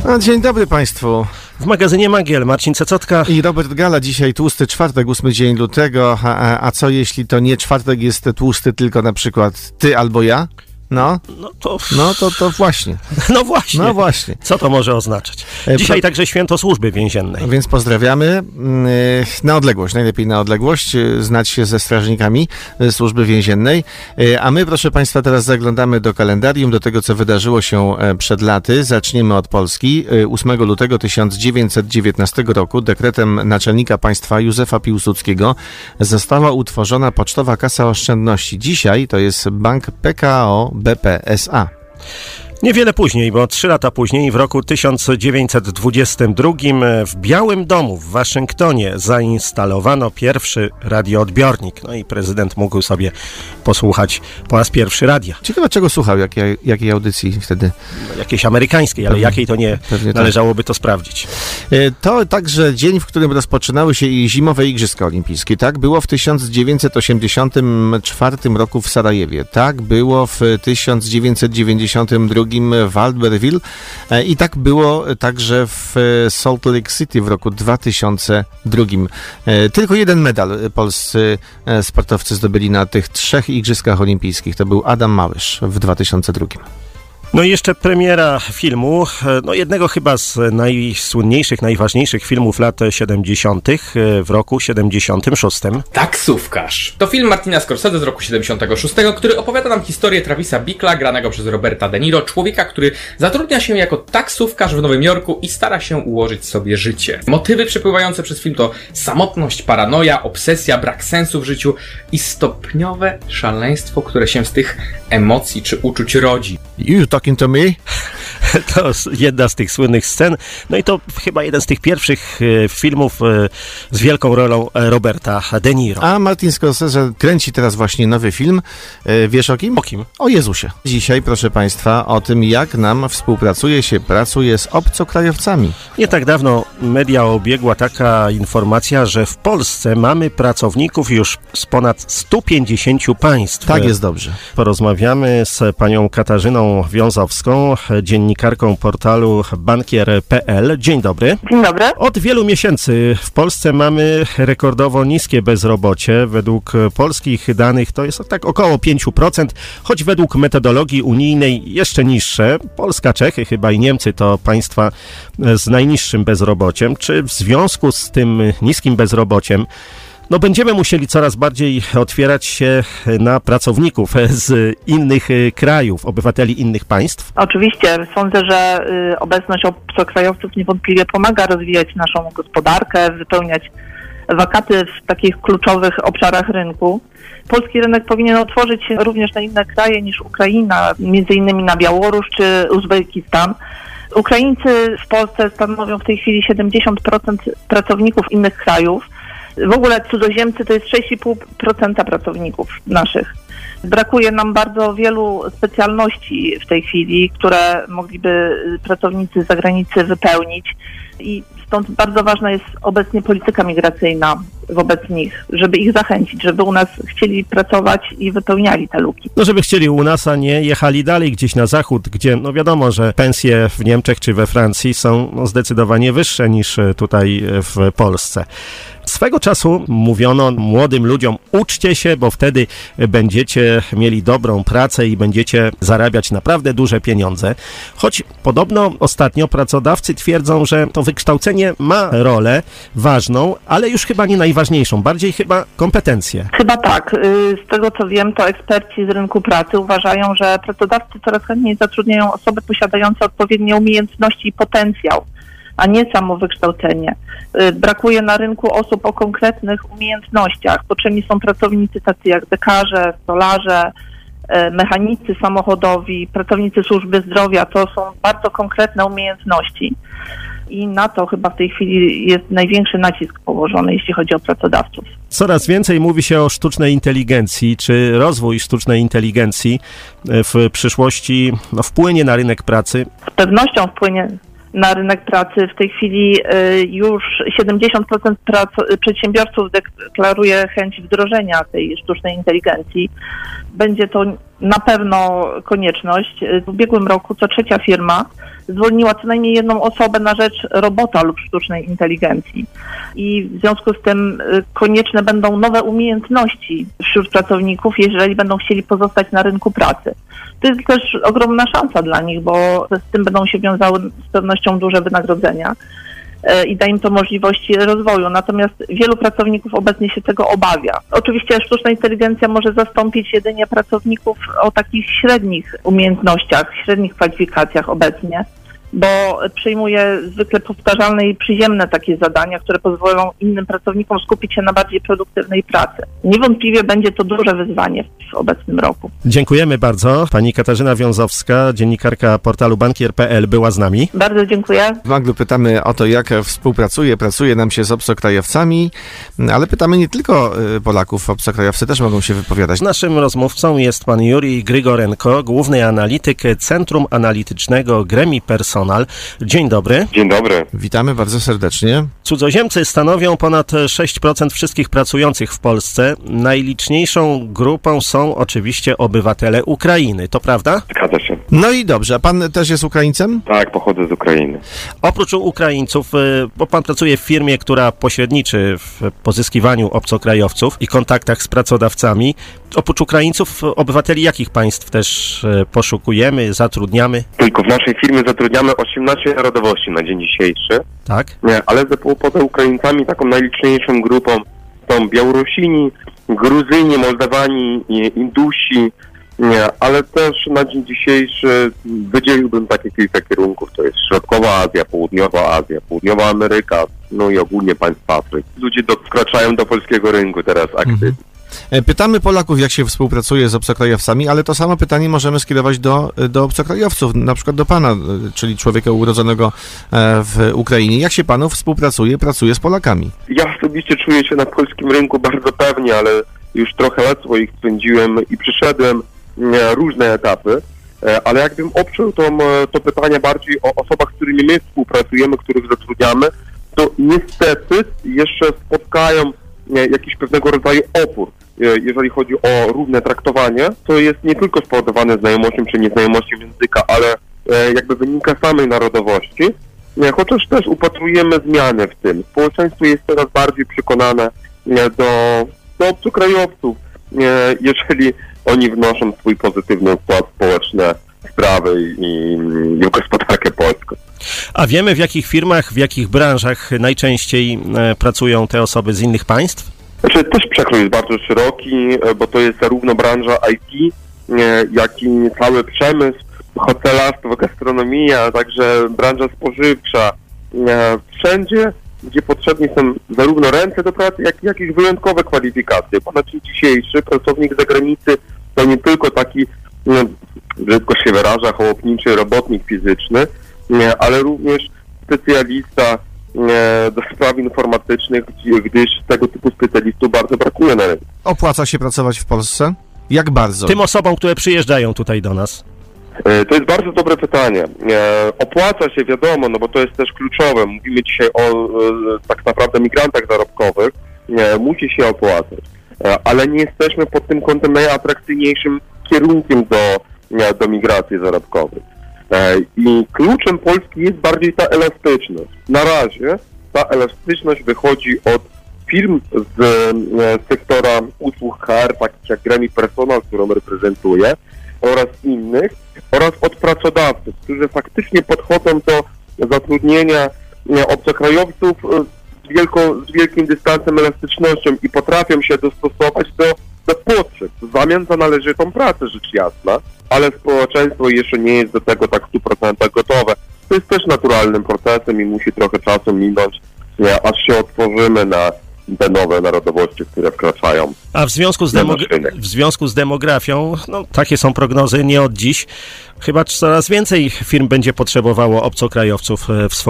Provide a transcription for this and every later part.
Dzień dobry Państwu. W magazynie Magiel Marcin Cecotka I Robert Gala. Dzisiaj tłusty czwartek, 8 dzień lutego. A co jeśli to nie czwartek jest tłusty, tylko na przykład ty albo ja? No to właśnie. No właśnie. Co to może oznaczać? Dzisiaj także święto służby więziennej. Więc pozdrawiamy. Na odległość, najlepiej na odległość, znać się ze strażnikami służby więziennej. A my, proszę Państwa, teraz zaglądamy do kalendarium, do tego, co wydarzyło się przed laty. Zaczniemy od Polski. 8 lutego 1919 roku dekretem naczelnika państwa Józefa Piłsudskiego została utworzona Pocztowa Kasa Oszczędności. Dzisiaj to jest Bank PKO BP S.A. Niewiele później, bo 3 lata później, w roku 1922 w Białym Domu w Waszyngtonie zainstalowano pierwszy radioodbiornik. No i prezydent mógł sobie posłuchać po raz pierwszy radia. Ciekawe, czego słuchał, jakiej audycji wtedy? Jakiejś amerykańskiej, ale jakiej to nie należałoby to sprawdzić. To także dzień, w którym rozpoczynały się zimowe Igrzyska Olimpijskie. Tak było w 1984 roku w Sarajewie. Tak było w 1992 w Albertville i tak było także w Salt Lake City w roku 2002. Tylko jeden medal polscy sportowcy zdobyli na tych 3 Igrzyskach Olimpijskich. To był Adam Małysz w 2002. No i jeszcze premiera filmu, jednego chyba z najsłynniejszych, najważniejszych filmów lat 70. w roku 76. Taksówkarz. To film Martina Scorsese z roku 76, który opowiada nam historię Travisa Bickla, granego przez Roberta De Niro, człowieka, który zatrudnia się jako taksówkarz w Nowym Jorku i stara się ułożyć sobie życie. Motywy przepływające przez film to samotność, paranoja, obsesja, brak sensu w życiu i stopniowe szaleństwo, które się z tych emocji czy uczuć rodzi. You talking to me? To jedna z tych słynnych scen. No i to chyba jeden z tych pierwszych filmów z wielką rolą Roberta De Niro. A Martin Scorsese kręci teraz właśnie nowy film. Wiesz o kim? O kim? O Jezusie. Dzisiaj, proszę Państwa, o tym, jak nam pracuje z obcokrajowcami. Nie tak dawno media obiegła taka informacja, że w Polsce mamy pracowników już z ponad 150 państw. Tak jest dobrze. Porozmawiamy z panią Katarzyną Wiązowską, dziennikarką portalu bankier.pl. Dzień dobry. Dzień dobry. Od wielu miesięcy w Polsce mamy rekordowo niskie bezrobocie. Według polskich danych to jest tak około 5%, choć według metodologii unijnej jeszcze niższe. Polska, Czechy, chyba i Niemcy to państwa z najniższym bezrobociem. Czy w związku z tym niskim bezrobociem będziemy musieli coraz bardziej otwierać się na pracowników z innych krajów, obywateli innych państw? Oczywiście. Sądzę, że obecność obcokrajowców niewątpliwie pomaga rozwijać naszą gospodarkę, wypełniać wakaty w takich kluczowych obszarach rynku. Polski rynek powinien otworzyć się również na inne kraje niż Ukraina, między innymi na Białoruś czy Uzbekistan. Ukraińcy w Polsce stanowią w tej chwili 70% pracowników innych krajów. W ogóle cudzoziemcy to jest 6,5% pracowników naszych. Brakuje nam bardzo wielu specjalności w tej chwili, które mogliby pracownicy z zagranicy wypełnić i stąd bardzo ważna jest obecnie polityka migracyjna wobec nich, żeby ich zachęcić, żeby u nas chcieli pracować i wypełniali te luki. Żeby chcieli u nas, a nie jechali dalej gdzieś na zachód, gdzie wiadomo, że pensje w Niemczech czy we Francji są zdecydowanie wyższe niż tutaj w Polsce. Swego czasu mówiono młodym ludziom, uczcie się, bo wtedy będziecie mieli dobrą pracę i będziecie zarabiać naprawdę duże pieniądze. Choć podobno ostatnio pracodawcy twierdzą, że to wykształcenie ma rolę ważną, ale już chyba nie najważniejszą, bardziej chyba kompetencje. Chyba tak. Z tego co wiem, to eksperci z rynku pracy uważają, że pracodawcy coraz chętniej zatrudniają osoby posiadające odpowiednie umiejętności i potencjał, a nie samo wykształcenie. Brakuje na rynku osób o konkretnych umiejętnościach. Potrzebni są pracownicy tacy jak dekarze, stolarze, mechanicy samochodowi, pracownicy służby zdrowia. To są bardzo konkretne umiejętności. I na to chyba w tej chwili jest największy nacisk położony, jeśli chodzi o pracodawców. Coraz więcej mówi się o sztucznej inteligencji. Czy rozwój sztucznej inteligencji w przyszłości wpłynie na rynek pracy? Z pewnością wpłynie na rynek pracy. W tej chwili już 70% przedsiębiorców deklaruje chęć wdrożenia tej sztucznej inteligencji. Będzie to na pewno konieczność. W ubiegłym roku co trzecia firma zwolniła co najmniej jedną osobę na rzecz robota lub sztucznej inteligencji. I w związku z tym konieczne będą nowe umiejętności wśród pracowników, jeżeli będą chcieli pozostać na rynku pracy. To jest też ogromna szansa dla nich, bo z tym będą się wiązały z pewnością duże wynagrodzenia i da im to możliwości rozwoju. Natomiast wielu pracowników obecnie się tego obawia. Oczywiście sztuczna inteligencja może zastąpić jedynie pracowników o takich średnich umiejętnościach, średnich kwalifikacjach obecnie, bo przyjmuje zwykle powtarzalne i przyziemne takie zadania, które pozwolą innym pracownikom skupić się na bardziej produktywnej pracy. Niewątpliwie będzie to duże wyzwanie w obecnym roku. Dziękujemy bardzo. Pani Katarzyna Wiązowska, dziennikarka portalu bankier.pl była z nami. Bardzo dziękuję. W Maglu pytamy o to, jak pracuje nam się z obcokrajowcami, ale pytamy nie tylko Polaków, obcokrajowcy też mogą się wypowiadać. Naszym rozmówcą jest pan Jurij Grygorenko, główny analityk Centrum Analitycznego Gremi Personal. Dzień dobry. Dzień dobry. Witamy bardzo serdecznie. Cudzoziemcy stanowią ponad 6% wszystkich pracujących w Polsce. Najliczniejszą grupą są oczywiście obywatele Ukrainy, to prawda? Zgadza się. No i dobrze, a pan też jest Ukraińcem? Tak, pochodzę z Ukrainy. Oprócz Ukraińców, bo pan pracuje w firmie, która pośredniczy w pozyskiwaniu obcokrajowców i kontaktach z pracodawcami. Oprócz Ukraińców, obywateli jakich państw też poszukujemy, zatrudniamy? Tylko w naszej firmie zatrudniamy 18 narodowości na dzień dzisiejszy. Tak. Ale poza Ukraińcami taką najliczniejszą grupą są Białorusini, Gruzyni, Mołdawani, Indusi, ale też na dzień dzisiejszy wydzieliłbym takie kilka kierunków. To jest Środkowa Azja, Południowa Ameryka, no i ogólnie państwa Afryki. Ludzie wkraczają do polskiego rynku teraz aktywnie. Pytamy Polaków, jak się współpracuje z obcokrajowcami, ale to samo pytanie możemy skierować do obcokrajowców, na przykład do pana, czyli człowieka urodzonego w Ukrainie. Jak się panu pracuje z Polakami? Ja osobiście czuję się na polskim rynku bardzo pewnie, ale już trochę lat swoich spędziłem i przyszedłem różne etapy, ale jakbym oprzał to pytanie bardziej o osobach, z którymi my współpracujemy, których zatrudniamy, to niestety jeszcze spotkają jakiś pewnego rodzaju opór, jeżeli chodzi o równe traktowanie. To jest nie tylko spowodowane znajomością czy nieznajomością języka, ale jakby wynika samej narodowości, chociaż też upatrujemy zmiany w tym. Społeczeństwo jest coraz bardziej przekonane do obcokrajowców, jeżeli oni wnoszą swój pozytywny wkład w społeczne sprawy i w gospodarkę polską. A wiemy, w jakich firmach, w jakich branżach najczęściej pracują te osoby z innych państw? Znaczy, też przekrój jest bardzo szeroki, bo to jest zarówno branża IT, jak i cały przemysł, hotelarstwo, gastronomia, a także branża spożywcza. Wszędzie, gdzie potrzebni są zarówno ręce do pracy, jak i jakieś wyjątkowe kwalifikacje. Bo na dzień dzisiejszy pracownik z zagranicy to nie tylko taki, brzydko się wyraża, chłopniczy robotnik fizyczny, ale również specjalista do spraw informatycznych, gdyż tego typu specjalistów bardzo brakuje na rynku. Opłaca się pracować w Polsce? Jak bardzo? Tym osobom, które przyjeżdżają tutaj do nas. To jest bardzo dobre pytanie. Opłaca się, wiadomo, no bo to jest też kluczowe. Mówimy dzisiaj o tak naprawdę migrantach zarobkowych. Musi się opłacać. Ale nie jesteśmy pod tym kątem najatrakcyjniejszym kierunkiem do migracji zarobkowej. I kluczem Polski jest bardziej ta elastyczność. Na razie ta elastyczność wychodzi od firm z sektora usług HR, takich jak Gremi Personal, którą reprezentuję, oraz innych, oraz od pracodawców, którzy faktycznie podchodzą do zatrudnienia obcokrajowców z wielkim dystansem, elastycznością i potrafią się dostosować do potrzeb, w zamian za należytą pracę, rzecz jasna, ale społeczeństwo jeszcze nie jest do tego tak w 100% gotowe. To jest też naturalnym procesem i musi trochę czasu minąć, aż się otworzymy na te nowe narodowości, które wkraczają. A w związku z demografią, no takie są prognozy nie od dziś, chyba coraz więcej firm będzie potrzebowało obcokrajowców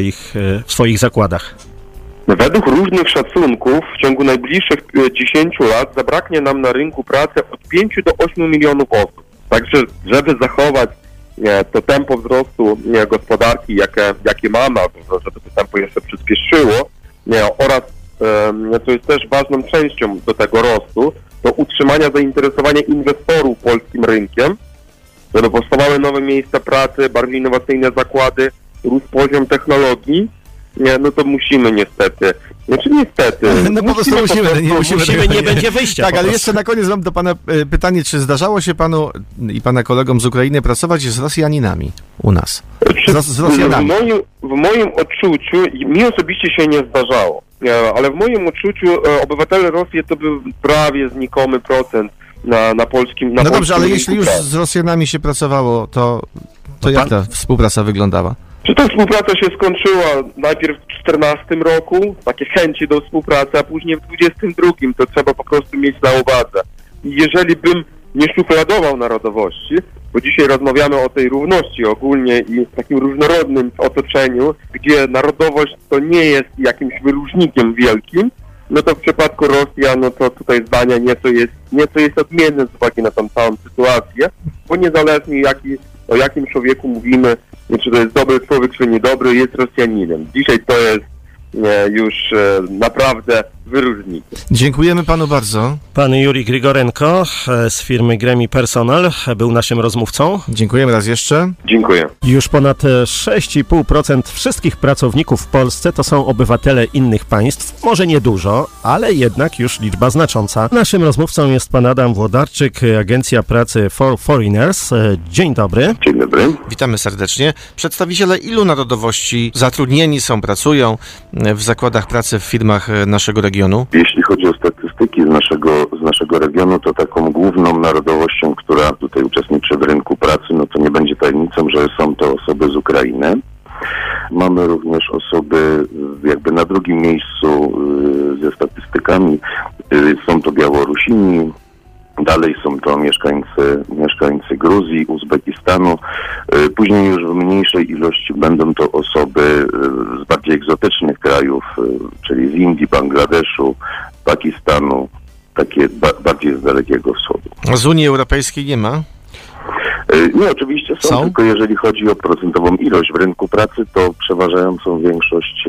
w swoich zakładach. Według różnych szacunków w ciągu najbliższych 10 lat zabraknie nam na rynku pracy od 5 do 8 milionów osób. Także żeby zachować to tempo wzrostu gospodarki, jakie mamy, żeby to tempo jeszcze przyspieszyło oraz co jest też ważną częścią do tego rostu, do utrzymania zainteresowania inwestorów polskim rynkiem, żeby powstawały nowe miejsca pracy, bardziej innowacyjne zakłady, rósł poziom technologii, no to musimy niestety. No po prostu musimy, nie będzie wyjścia. Tak, ale jeszcze na koniec mam do pana pytanie, czy zdarzało się panu i pana kolegom z Ukrainy pracować z Rosjaninami u nas? Z Rosjanami. W moim odczuciu, mi osobiście się nie zdarzało, ale w moim odczuciu obywatele Rosji to był prawie znikomy procent na polskim. No dobrze, ale jeśli już z Rosjanami się pracowało, to jak ta współpraca wyglądała? Czy ta współpraca się skończyła najpierw w 2014 roku, takie chęci do współpracy, a później w 2022, to trzeba po prostu mieć na uwadze. Jeżeli bym nie szufladował narodowości, bo dzisiaj rozmawiamy o tej równości ogólnie i takim różnorodnym otoczeniu, gdzie narodowość to nie jest jakimś wyróżnikiem wielkim, no to w przypadku Rosjan, no to tutaj zdania nieco jest odmienne z uwagi na tą całą sytuację, bo niezależnie o jakim człowieku mówimy, czy to jest dobry człowiek, czy niedobry, jest Rosjaninem. Dzisiaj to jest już naprawdę wyróżnik. Dziękujemy panu bardzo. Pan Jurij Grigorenko z firmy Gremi Personal był naszym rozmówcą. Dziękujemy raz jeszcze. Dziękuję. Już ponad 6,5% wszystkich pracowników w Polsce to są obywatele innych państw. Może niedużo, ale jednak już liczba znacząca. Naszym rozmówcą jest pan Adam Włodarczyk, Agencja Pracy for Foreigners. Dzień dobry. Dzień dobry. Witamy serdecznie. Przedstawiciele ilu narodowości zatrudnieni są, pracują w zakładach pracy w firmach naszego regionu? Jeśli chodzi o statystyki z naszego regionu, to taką główną narodowością, która tutaj uczestniczy w rynku pracy, no to nie będzie tajemnicą, że są to osoby z Ukrainy. Mamy również osoby jakby na drugim miejscu ze statystykami. Są to Białorusini, dalej są to mieszkańcy Gruzji, Uzbekistanu. Później już w mniejszej ilości będą to osoby z bardziej egzotycznych krajów, czyli z Indii, Bangladeszu, Pakistanu, takie bardziej z Dalekiego Wschodu. Z Unii Europejskiej nie ma? Nie, oczywiście są, tylko jeżeli chodzi o procentową ilość w rynku pracy, to przeważającą większość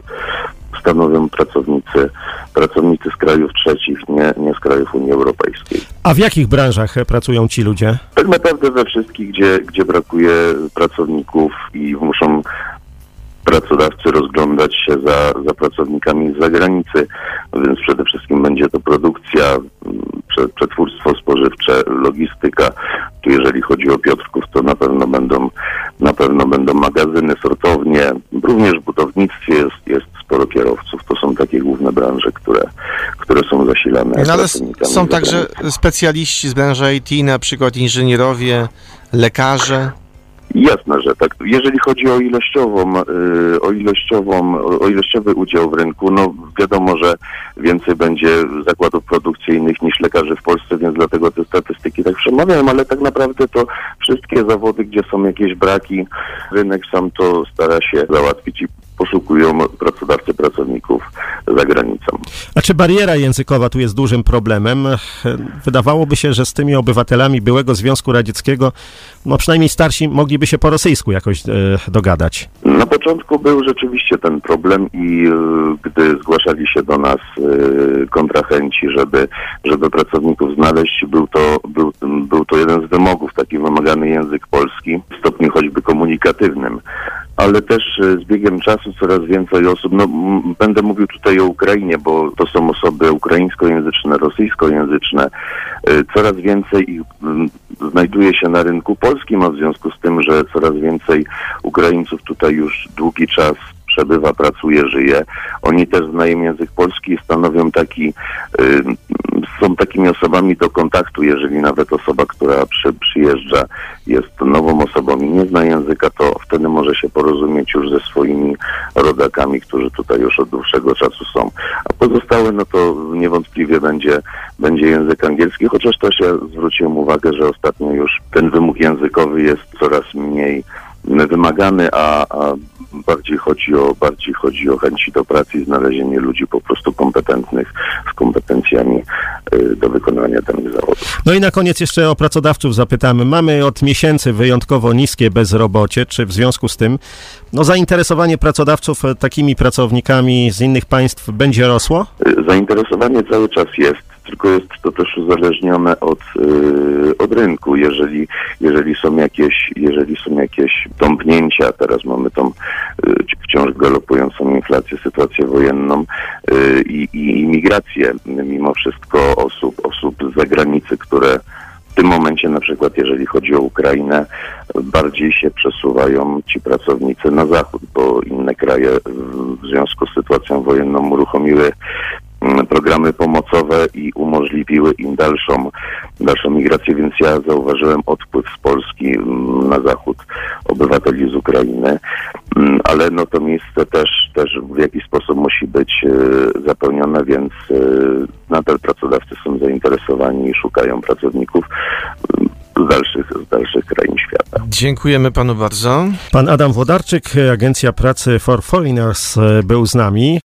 stanowią pracownicy z krajów trzecich, nie z krajów Unii Europejskiej. A w jakich branżach pracują ci ludzie? Tak naprawdę we wszystkich, gdzie brakuje pracowników i muszą pracodawcy rozglądać się za pracownikami z zagranicy, więc przede wszystkim będzie to produkcja, przetwórstwo spożywcze, logistyka. Tu jeżeli chodzi o Piotrków, to na pewno będą magazyny, sortownie, również w budownictwie jest sporo kierowców. To są takie główne branże, które są zasilane. No ale są także specjaliści z branży IT, na przykład inżynierowie, lekarze. Jasne, że tak. Jeżeli chodzi o ilościowy udział w rynku, no wiadomo, że więcej będzie zakładów produkcyjnych niż lekarzy w Polsce, więc dlatego te statystyki tak przemawiają, ale tak naprawdę to wszystkie zawody, gdzie są jakieś braki, rynek sam to stara się załatwić i poszukują pracodawcy pracowników za granicą. A czy bariera językowa tu jest dużym problemem? Wydawałoby się, że z tymi obywatelami byłego Związku Radzieckiego, no przynajmniej starsi, mogliby się po rosyjsku jakoś dogadać. Na początku był rzeczywiście ten problem i gdy zgłaszali się do nas kontrahenci, żeby pracowników znaleźć, był to jeden z wymogów, taki wymagany język polski w stopniu choćby komunikatywnym. Ale też z biegiem czasu coraz więcej osób, no będę mówił tutaj o Ukrainie, bo to są osoby ukraińskojęzyczne, rosyjskojęzyczne, coraz więcej ich znajduje się na rynku polskim, a w związku z tym, że coraz więcej Ukraińców tutaj już długi czas przebywa, pracuje, żyje. Oni też znają język polski i stanowią są takimi osobami do kontaktu, jeżeli nawet osoba, która przyjeżdża, jest nową osobą i nie zna języka, to wtedy może się porozumieć już ze swoimi rodakami, którzy tutaj już od dłuższego czasu są. A pozostałe, no to niewątpliwie będzie język angielski, chociaż też ja zwróciłem uwagę, że ostatnio już ten wymóg językowy jest coraz mniej wymagany, a bardziej chodzi o chęci do pracy i znalezienie ludzi po prostu kompetentnych, z kompetencjami do wykonywania danych zawodów. No i na koniec jeszcze o pracodawców zapytamy. Mamy od miesięcy wyjątkowo niskie bezrobocie. Czy w związku z tym zainteresowanie pracodawców takimi pracownikami z innych państw będzie rosło? Zainteresowanie cały czas jest. tylko jest to też uzależnione od rynku. Jeżeli są jakieś tąpnięcia, teraz mamy tą wciąż galopującą inflację, sytuację wojenną i migrację mimo wszystko osób z zagranicy, które w tym momencie, na przykład jeżeli chodzi o Ukrainę, bardziej się przesuwają ci pracownicy na zachód, bo inne kraje w związku z sytuacją wojenną uruchomiły programy pomocowe i umożliwiły im dalszą migrację, więc ja zauważyłem odpływ z Polski na zachód obywateli z Ukrainy, ale no to miejsce też w jakiś sposób musi być zapełnione, więc nadal pracodawcy są zainteresowani i szukają pracowników z dalszych krain świata. Dziękujemy panu bardzo. Pan Adam Włodarczyk, Agencja Pracy for Foreigners, był z nami.